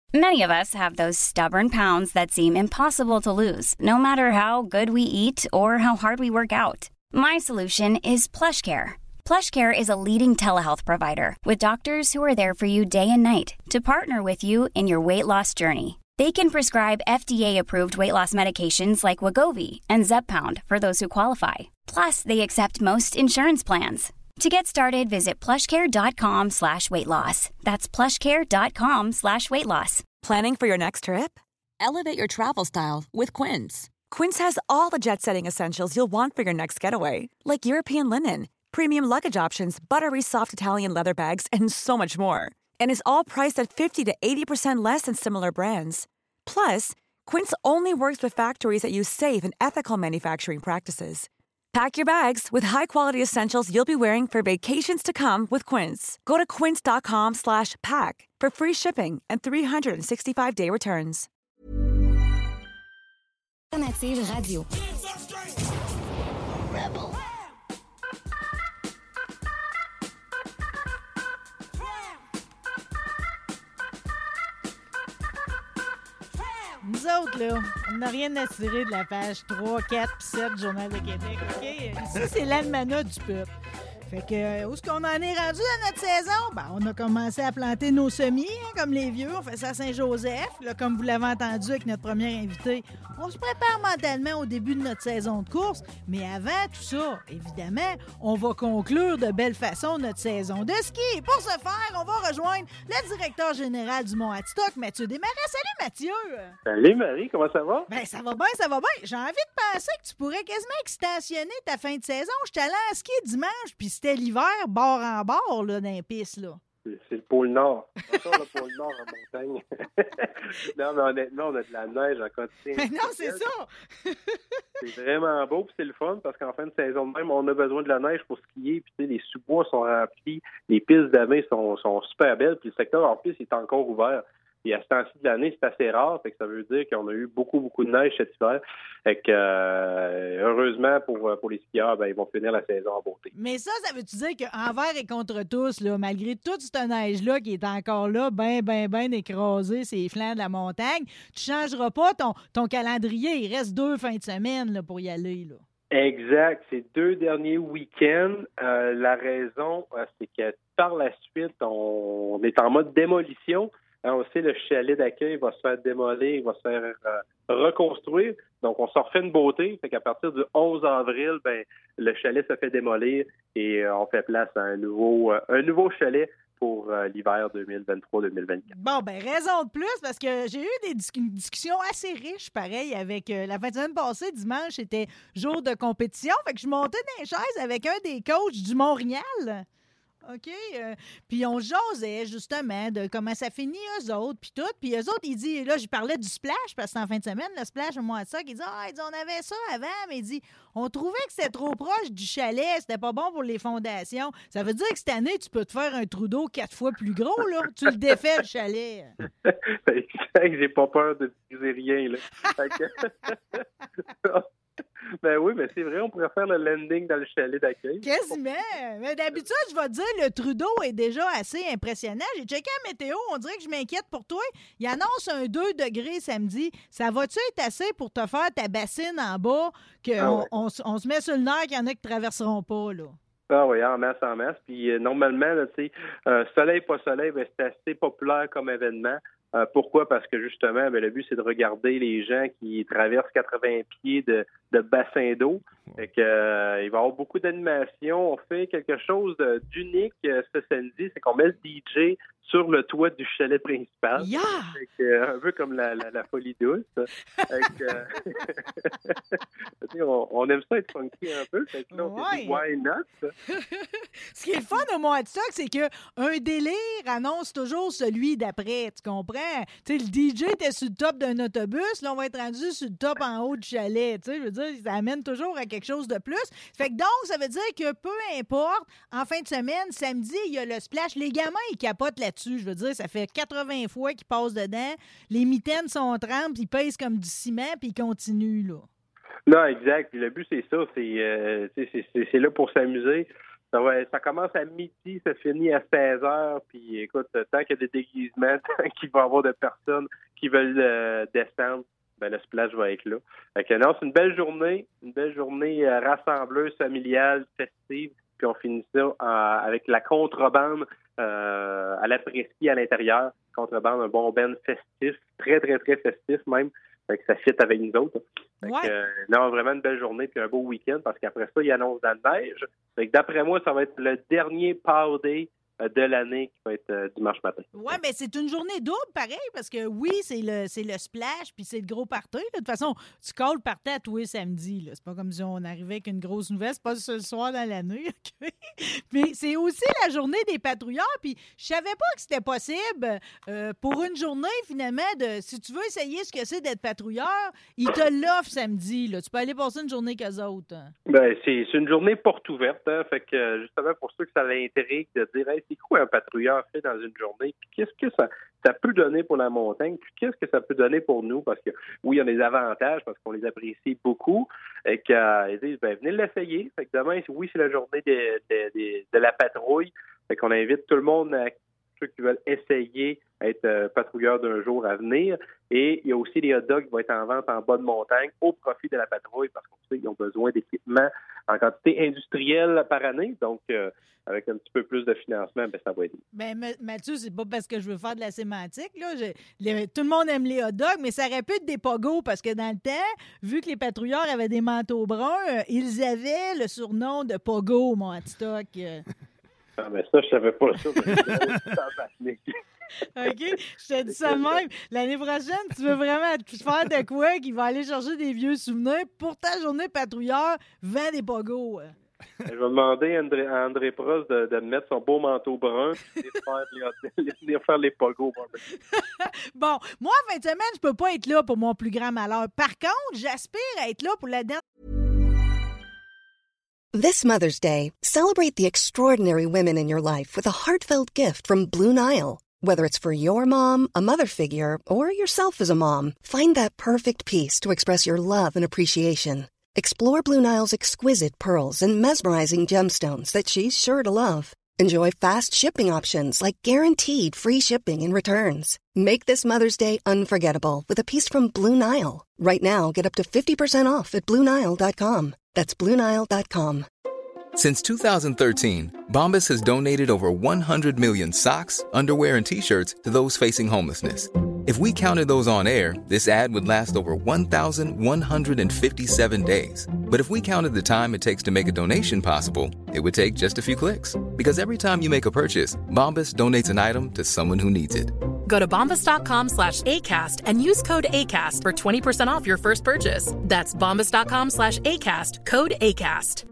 Many of us have those stubborn pounds that seem impossible to lose, no matter how good we eat or how hard we work out. My solution is PlushCare. PlushCare is a leading telehealth provider with doctors who are there for you day and night to partner with you in your weight loss journey. They can prescribe FDA-approved weight loss medications like Wegovy and Zepbound for those who qualify. Plus, they accept most insurance plans. To get started, visit plushcare.com/weightloss. That's plushcare.com/weightloss. Planning for your next trip? Elevate your travel style with Quince. Quince has all the jet-setting essentials you'll want for your next getaway, like European linen, premium luggage options, buttery soft Italian leather bags, and so much more. And is all priced at 50 to 80% less than similar brands. Plus, Quince only works with factories that use safe and ethical manufacturing practices. Pack your bags with high-quality essentials you'll be wearing for vacations to come with Quince. Go to quince.com/pack for free shipping and 365-day returns. Alternative radio. Rebel. Nous autres, là, on n'a rien à tirer de la page 3, 4 puis 7 du Journal de Québec, OK? Ici, c'est l'almanach du peuple. Fait que, où est-ce qu'on en est rendu dans notre saison? Ben, on a commencé à planter nos semis, hein, comme les vieux. On fait ça à Saint-Joseph. Là, comme vous l'avez entendu avec notre premier invité, on se prépare mentalement au début de notre saison de course. Mais avant tout ça, évidemment, on va conclure de belle façon notre saison de ski. Pour ce faire, on va rejoindre le directeur général du Mont-Adstock, Mathieu Desmarais. Salut, Mathieu! Salut, Marie, comment ça va? Ben, ça va bien, ça va bien. J'ai envie de penser que tu pourrais quasiment extensionner ta fin de saison. J'étais allé en ski dimanche, puis c'était l'hiver, bord en bord, là, dans les pistes, là. C'est le pôle Nord. Encore le pôle Nord en montagne. Non, mais honnêtement, on a de la neige en quantité. Mais non, c'est ça! C'est vraiment beau, puis c'est le fun, parce qu'en fin de saison de même, on a besoin de la neige pour skier, puis tu sais, les sous-bois sont remplis, les pistes d'année sont super belles, puis le secteur en piste est encore ouvert. Et à ce temps-ci de l'année, c'est assez rare, fait que ça veut dire qu'on a eu beaucoup de neige cet hiver. Fait que, heureusement, pour les skieurs, ben, ils vont finir la saison en beauté. Mais ça veut-tu dire qu'envers et contre tous, là, malgré toute cette neige-là qui est encore là, ben écrasée sur les flancs de la montagne, tu changeras pas ton calendrier. Il reste 2 fins de semaine là, pour y aller, là. Exact. Ces 2 derniers week-ends, la raison, c'est que par la suite, on est en mode démolition. On sait le chalet d'accueil va se faire démolir, il va se faire reconstruire. Donc, on se refait une beauté. Fait qu'à partir du 11 avril, ben, le chalet se fait démolir et on fait place à un nouveau chalet pour l'hiver 2023-2024. Bon, ben raison de plus, parce que j'ai eu une discussion assez riche, pareil, avec la fin de semaine passée, dimanche, c'était jour de compétition. Fait que je montais dans les chaises avec un des coachs du Montréal. OK? Puis on jasait, justement, de comment ça finit, eux autres, puis tout. Puis eux autres, ils disent, là, je parlais du splash, parce que c'est en fin de semaine, le splash, moi, ça, ils disent, on avait ça avant, mais il dit, on trouvait que c'était trop proche du chalet, c'était pas bon pour les fondations. Ça veut dire que cette année, tu peux te faire un trou d'eau 4 fois plus gros, là. Tu le défais, le chalet. J'ai pas peur de briser rien, là. Ben oui, mais c'est vrai, on pourrait faire le landing dans le chalet d'accueil. Quasiment! Mais d'habitude, je vais te dire, le Trudeau est déjà assez impressionnant. J'ai checké la météo, on dirait que je m'inquiète pour toi. Il annonce un 2 degrés samedi. Ça va-tu être assez pour te faire ta bassine en bas, qu'on on se met sur le nerf qu'il y en a qui ne traverseront pas, là? Ah oui, en masse. Puis normalement, là, tu sais, soleil, pas soleil, ben, c'est assez populaire comme événement. Pourquoi? Parce que justement, ben, le but, c'est de regarder les gens qui traversent 80 pieds de bassin d'eau. Fait que, il va y avoir beaucoup d'animations. On fait quelque chose d'unique ce samedi, c'est qu'on met le DJ sur le toit du chalet principal. Yeah! Fait que, un peu comme la folie douce. Fait que, on aime ça être funky un peu. Fait que là, on s'est dit, why not? Ce qui est le fun au Mont-Adstock, c'est qu'un délire annonce toujours celui d'après. Tu comprends? Tu sais, le DJ était sur le top d'un autobus. Là, on va être rendu sur le top en haut du chalet. Tu sais, je veux dire, ça amène toujours à quelque chose de plus. Fait que donc, ça veut dire que peu importe, en fin de semaine, samedi, il y a le splash. Les gamins, ils capotent là-dessus. Je veux dire, ça fait 80 fois qu'ils passent dedans. Les mitaines sont trempes, ils pèsent comme du ciment, puis ils continuent, là. Non, exact. Puis le but, c'est ça. C'est là pour s'amuser. Ça commence à midi, ça finit à 16 heures. Puis écoute, tant qu'il y a des déguisements, tant qu'il va y avoir de personnes qui veulent descendre, ben le splash va être là. Fait que non, c'est une belle journée rassembleuse, familiale, festive. Puis on finit ça avec la contrebande à l'après-ski à l'intérieur. Contrebande, un bon band festif, très, très, très festif même. Fait que ça fit avec nous autres. Fait que, non, vraiment une belle journée puis un beau week-end parce qu'après ça, il annonce de la neige. Fait que d'après moi, ça va être le dernier power day de l'année qui va être dimanche matin. Oui, mais c'est une journée double, pareil, parce que oui, c'est le splash, puis c'est le gros party. Là. De toute façon, tu calls le party à tous les samedis. Là. C'est pas comme si on arrivait avec une grosse nouvelle. C'est pas le seul soir dans l'année. Okay? Mais c'est aussi la journée des patrouilleurs. Puis je savais pas que c'était possible pour une journée, finalement, si tu veux essayer ce que c'est d'être patrouilleur, ils te l'offrent samedi. Là. Tu peux aller passer une journée qu'eux autres. Hein. Ben, c'est une journée porte ouverte. Hein? Fait que justement, pour ceux que ça l'intrigue de dire hey, c'est quoi un patrouilleur fait dans une journée? Puis qu'est-ce que ça peut donner pour la montagne? Puis qu'est-ce que ça peut donner pour nous? Parce que oui, il y a des avantages parce qu'on les apprécie beaucoup. Et qu'ils disent venez l'essayer. Fait que demain, oui, c'est la journée de la patrouille. Fait qu'on invite tout le monde ceux qui veulent essayer être patrouilleur d'un jour à venir. Et il y a aussi des hot dogs qui vont être en vente en bas de montagne au profit de la patrouille parce qu'on sait qu'ils ont besoin d'équipements en quantité industrielle par année. Donc, avec un petit peu plus de financement, ça va aider. Bien, Mathieu, c'est pas parce que je veux faire de la sémantique. Là. Tout le monde aime les hot dogs, mais ça aurait pu être des pogos parce que dans le temps, vu que les patrouilleurs avaient des manteaux bruns, ils avaient le surnom de pogo, mon hot stock. Ah, mais ça, je savais pas ça. OK? Je te dis ça de même. L'année prochaine, tu veux vraiment faire de quoi qui va aller chercher des vieux souvenirs pour ta journée patrouilleur, vends des pogos. Je vais demander à André Prost de mettre son beau manteau brun et de venir faire les pogos. Bon, moi, en fin de semaine, je peux pas être là pour mon plus grand malheur. Par contre, j'aspire à être là pour la dernière. This Mother's Day, celebrate the extraordinary women in your life with a heartfelt gift from Blue Nile. Whether it's for your mom, a mother figure, or yourself as a mom, find that perfect piece to express your love and appreciation. Explore Blue Nile's exquisite pearls and mesmerizing gemstones that she's sure to love. Enjoy fast shipping options like guaranteed free shipping and returns. Make this Mother's Day unforgettable with a piece from Blue Nile. Right now, get up to 50% off at BlueNile.com. That's BlueNile.com. Since 2013, Bombas has donated over 100 million socks, underwear, and T-shirts to those facing homelessness. If we counted those on air, this ad would last over 1,157 days. But if we counted the time it takes to make a donation possible, it would take just a few clicks. Because every time you make a purchase, Bombas donates an item to someone who needs it. Go to bombas.com/ACAST and use code ACAST for 20% off your first purchase. That's bombas.com/ACAST, code ACAST.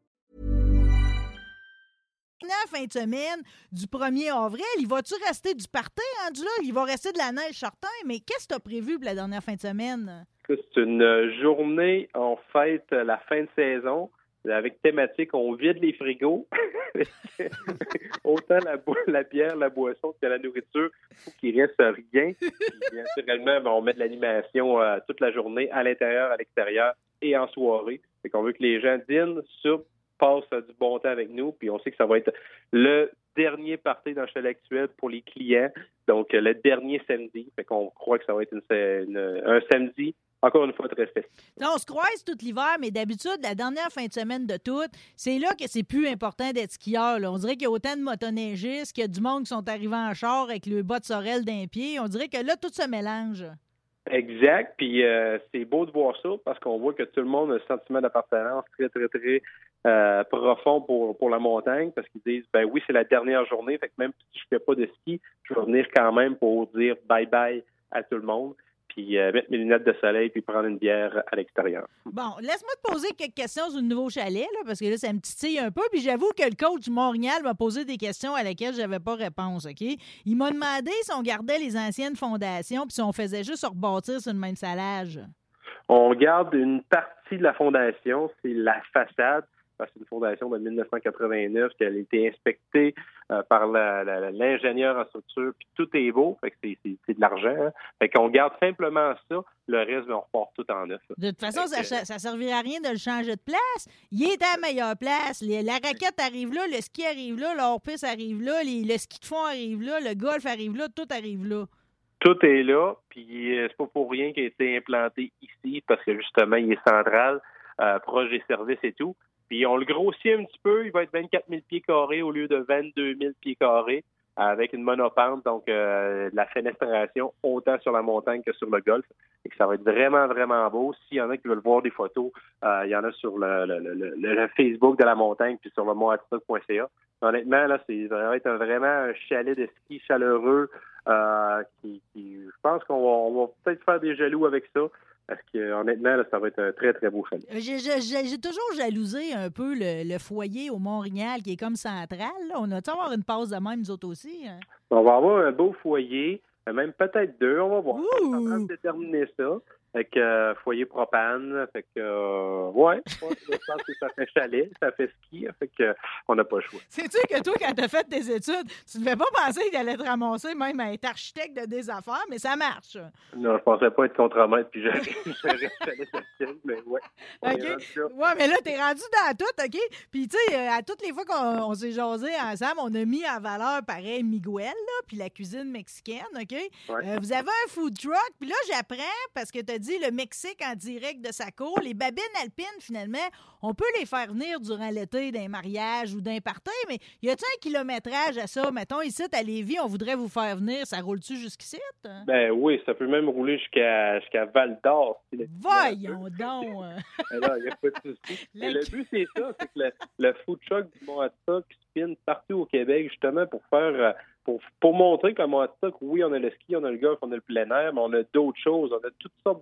Fin de semaine du 1er avril, il va-tu rester du party rendu là? Il va rester de la neige certain, mais qu'est-ce que tu as prévu pour la dernière fin de semaine? C'est une journée, on fête la fin de saison avec thématique, on vide les frigos. Autant la bière, la boisson que la nourriture, il faut qu'il reste rien. Puis, naturellement, on met de l'animation toute la journée, à l'intérieur, à l'extérieur et en soirée. Fait qu'on veut que les gens dînent, soupent, passent du bon temps avec nous, puis on sait que ça va être le dernier party dans le chalet actuel pour les clients, donc le dernier samedi. Fait qu'on croit que ça va être un samedi, encore une fois, très festif. Là, on se croise tout l'hiver, mais d'habitude, la dernière fin de semaine de toute, c'est là que c'est plus important d'être skieur. Là. On dirait qu'il y a autant de motoneigistes, qu'il y a du monde qui sont arrivés en char avec le bas de sorel d'un pied. On dirait que là, tout se mélange. Exact, puis c'est beau de voir ça parce qu'on voit que tout le monde a un sentiment d'appartenance très, très, très profond pour la montagne parce qu'ils disent, oui, c'est la dernière journée, fait que même si je fais pas de ski, je vais venir quand même pour dire bye-bye à tout le monde, puis mettre mes lunettes de soleil puis prendre une bière à l'extérieur. Bon, laisse-moi te poser quelques questions sur le nouveau chalet, là, parce que là, ça me titille un peu, puis j'avoue que le coach du Montréal m'a posé des questions à laquelle je n'avais pas réponse, OK? Il m'a demandé si on gardait les anciennes fondations puis si on faisait juste rebâtir sur le même salage. On garde une partie de la fondation, c'est la façade. C'est une fondation de 1989 qui a été inspectée par l'ingénieur en structure, puis tout est beau, fait que c'est de l'argent. Hein. Fait qu'on garde simplement ça, le reste, on repart tout en neuf. De toute façon, ça ne servirait à rien de le changer de place. Il est à la meilleure place. La raquette arrive là, le ski arrive là, l'hors-piste arrive là, le ski de fond arrive là, le golf arrive là, tout arrive là. Tout est là, puis c'est pas pour rien qu'il a été implanté ici, parce que justement, il est central, proche des services et tout. Puis on le grossit un petit peu, il va être 24 000 pieds carrés au lieu de 22 000 pieds carrés, avec une monopente, donc la fenestration autant sur la montagne que sur le golf. Et que ça va être vraiment, vraiment beau. S'il y en a qui veulent voir des photos, il y en a sur le Facebook de la montagne puis sur le monthatstock.ca. Honnêtement, là, ça va être vraiment un chalet de ski chaleureux qui je pense qu'on va peut-être faire des jaloux avec ça. Parce que honnêtement, là, ça va être un très, très beau chalet. J'ai toujours jalousé un peu le foyer au Mont-Royal qui est comme central. Là. On a-tu avoir une passe de même, nous autres aussi? Hein? On va avoir un beau foyer, même peut-être deux, on va voir. On est en train de déterminer ça. Avec foyer propane. Fait que, ouais, je pense que ça fait chalet, ça fait ski. Fait que, on n'a pas le choix. Sais-tu que toi, quand tu as fait tes études, tu ne devais pas penser qu'il allait te ramasser même à être architecte de des affaires, mais ça marche. Non, je pensais pas être contremaître puis j'aurais chalet social, mais ouais. OK. Ouais, mais là, t'es rendu dans tout, OK? Puis, tu sais, à toutes les fois qu'on s'est jasé ensemble, on a mis en valeur, pareil, Miguel, là, puis la cuisine mexicaine, OK? Ouais. Vous avez un food truck, puis là, j'apprends, parce que tu as dit le Mexique en direct de sa cour. Les babines alpines, finalement, on peut les faire venir durant l'été d'un mariage ou d'un party, mais y a-t-il un kilométrage à ça? Mettons, ici, à Lévis, on voudrait vous faire venir. Ça roule-tu jusqu'ici? Hein? Ben oui, ça peut même rouler jusqu'à Val-d'Or. Voyons donc! Alors, il n'y a pas de souci. Le but, c'est ça, c'est que le food truck du Mont-Hatstock spin partout au Québec, justement, pour faire... Pour montrer qu'à Mont-Hatstock, oui, on a le ski, on a le golf, on a le plein air, mais on a d'autres choses. On a toutes sortes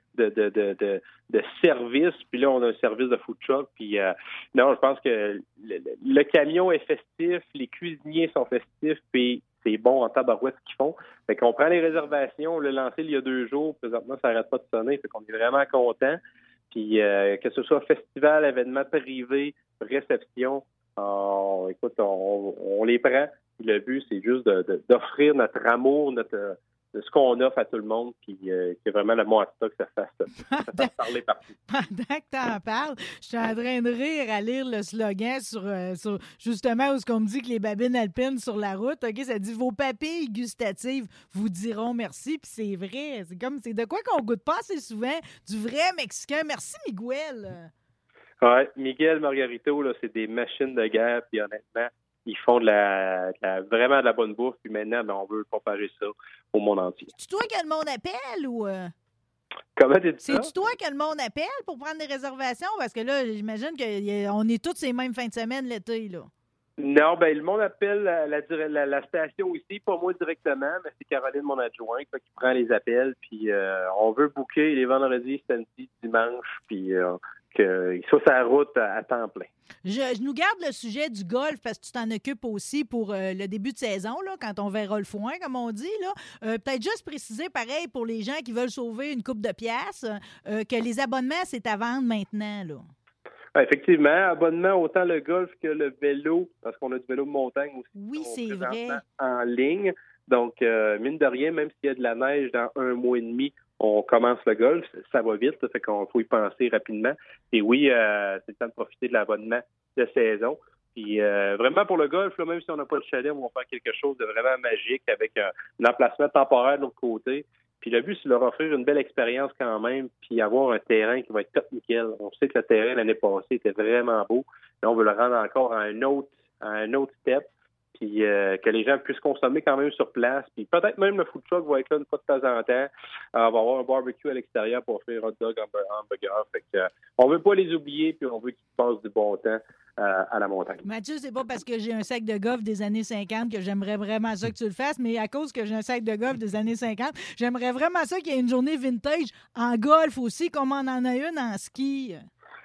de services. Puis là, on a un service de food truck. Puis non, je pense que le camion est festif, les cuisiniers sont festifs, puis c'est bon en tabarouette ce qu'ils font. Fait qu'on prend les réservations, on l'a lancé il y a 2 jours. Présentement, ça n'arrête pas de sonner. Fait qu'on est vraiment contents. Puis que ce soit festival, événement privé, réception, écoute, on les prend. Le but, c'est juste d'offrir notre amour, de ce qu'on offre à tout le monde, puis que vraiment le Mont-Hatstock, ça fasse parler partout. Pendant que tu en parles, je suis en train de rire à lire le slogan sur justement où ce qu'on me dit que les babines alpines sur la route, OK, ça dit « Vos papilles gustatives vous diront merci », puis c'est vrai. C'est de quoi qu'on goûte pas assez souvent, du vrai mexicain. Merci, Miguel. Ouais, Miguel Margarito, là, c'est des machines de guerre, puis honnêtement, ils font vraiment de la bonne bouffe, puis maintenant, on veut propager ça au monde entier. C'est-tu toi que le monde appelle ou... Comment tu dis ça? C'est-tu toi que le monde appelle pour prendre des réservations? Parce que là, j'imagine qu'on est tous ces mêmes fins de semaine l'été, là. Non, le monde appelle la station ici, pas moi directement, mais c'est Caroline, mon adjointe, qui prend les appels, puis on veut booker les vendredis, samedis, dimanches, puis qu'il soit sur la route à temps plein. Je nous garde le sujet du golf parce que tu t'en occupes aussi pour le début de saison, là, quand on verra le foin, comme on dit. Là. Peut-être juste préciser, pareil, pour les gens qui veulent sauver une coupe de piastres, que les abonnements, c'est à vendre maintenant, là. Effectivement, abonnement autant le golf que le vélo, parce qu'on a du vélo de montagne aussi. Oui, c'est vrai. En ligne. Donc, mine de rien, même s'il y a de la neige dans 1 mois et demi, on commence le golf. Ça va vite, ça fait qu'on faut y penser rapidement. Et oui, c'est le temps de profiter de l'abonnement de saison. Puis vraiment pour le golf, là, même si on n'a pas de chalet, on va faire quelque chose de vraiment magique avec un emplacement temporaire de l'autre côté. Puis le but, c'est de leur offrir une belle expérience quand même, puis avoir un terrain qui va être top nickel. On sait que le terrain l'année passée était vraiment beau. Là, on veut le rendre encore à un autre step, puis que les gens puissent consommer quand même sur place. Puis peut-être même le food truck va être là une fois de temps en temps. On va avoir un barbecue à l'extérieur pour offrir hot dog, hamburger. Fait que on veut pas les oublier, puis on veut qu'ils passent du bon temps à la montagne. Mathieu, c'est pas parce que j'ai un sac de golf des années 50 que j'aimerais vraiment ça que tu le fasses, mais à cause que j'ai un sac de golf des années 50, j'aimerais vraiment ça qu'il y ait une journée vintage en golf aussi, comme on en a une en ski.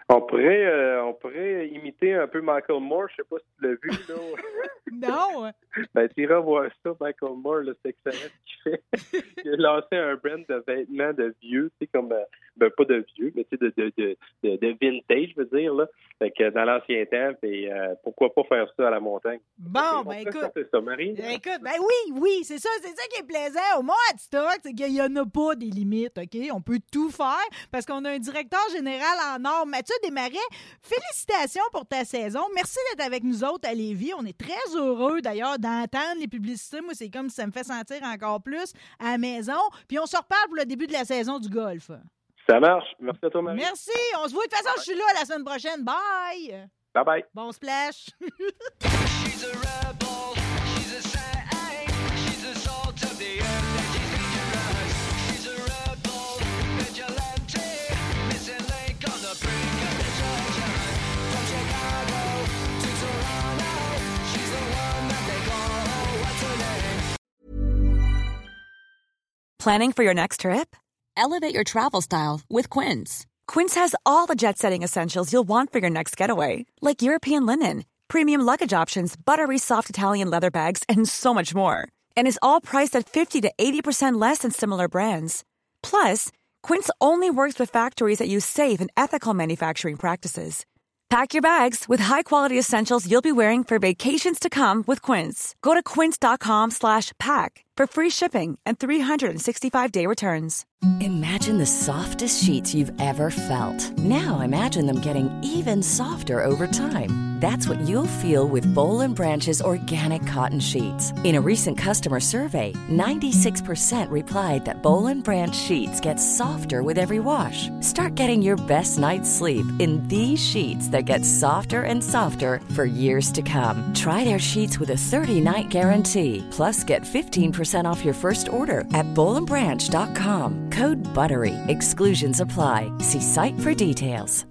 On pourrait imiter un peu Michael Moore. Je sais pas si tu l'as vu, là. Non! Ben, tu iras voir ça, Michael Moore, là, c'est excellent ce qu'il fait. Il a lancé un brand de vêtements de vieux, tu sais, comme, pas de vieux, mais tu sais, de vintage, je veux dire, là. Fait que dans l'ancien temps, puis pourquoi pas faire ça à la montagne? Bon, ben écoute. C'est ça, Marie? Écoute, ben oui, c'est ça qui est plaisant. Au moins, à TikTok, c'est qu'il n'y en a pas des limites, OK? On peut tout faire parce qu'on a un directeur général en or, Mathieu Desmarais. Félicitations pour ta saison. Merci d'être avec nous autres à Lévis. On est très heureux, d'ailleurs, d'entendre les publicités. Moi, c'est comme si ça me fait sentir encore plus à la maison. Puis on se reparle pour le début de la saison du golf. Ça marche. Merci à toi, Marie. Merci. On se voit. De toute façon, je suis là la semaine prochaine. Bye. Bye-bye. Bon splash. She's a rebel, she's a saint, she's the salt of the earth that she's been to rise. She's a rebel, vigilante, missing link on the brink of destruction. From Chicago to Toronto, she's the one that they call, what's her name? Planning for your next trip? Elevate your travel style with Quince. Quince has all the jet-setting essentials you'll want for your next getaway, like European linen, premium luggage options, buttery soft Italian leather bags, and so much more. And is all priced at 50 to 80% less than similar brands. Plus, Quince only works with factories that use safe and ethical manufacturing practices. Pack your bags with high-quality essentials you'll be wearing for vacations to come with Quince. Go to quince.com/pack for free shipping and 365-day returns. Imagine the softest sheets you've ever felt. Now imagine them getting even softer over time. That's what you'll feel with Boll & Branch's organic cotton sheets. In a recent customer survey, 96% replied that Boll & Branch sheets get softer with every wash. Start getting your best night's sleep in these sheets that get softer and softer for years to come. Try their sheets with a 30-night guarantee. Plus, get 15% off your first order at bollandbranch.com. Code BUTTERY. Exclusions apply. See site for details.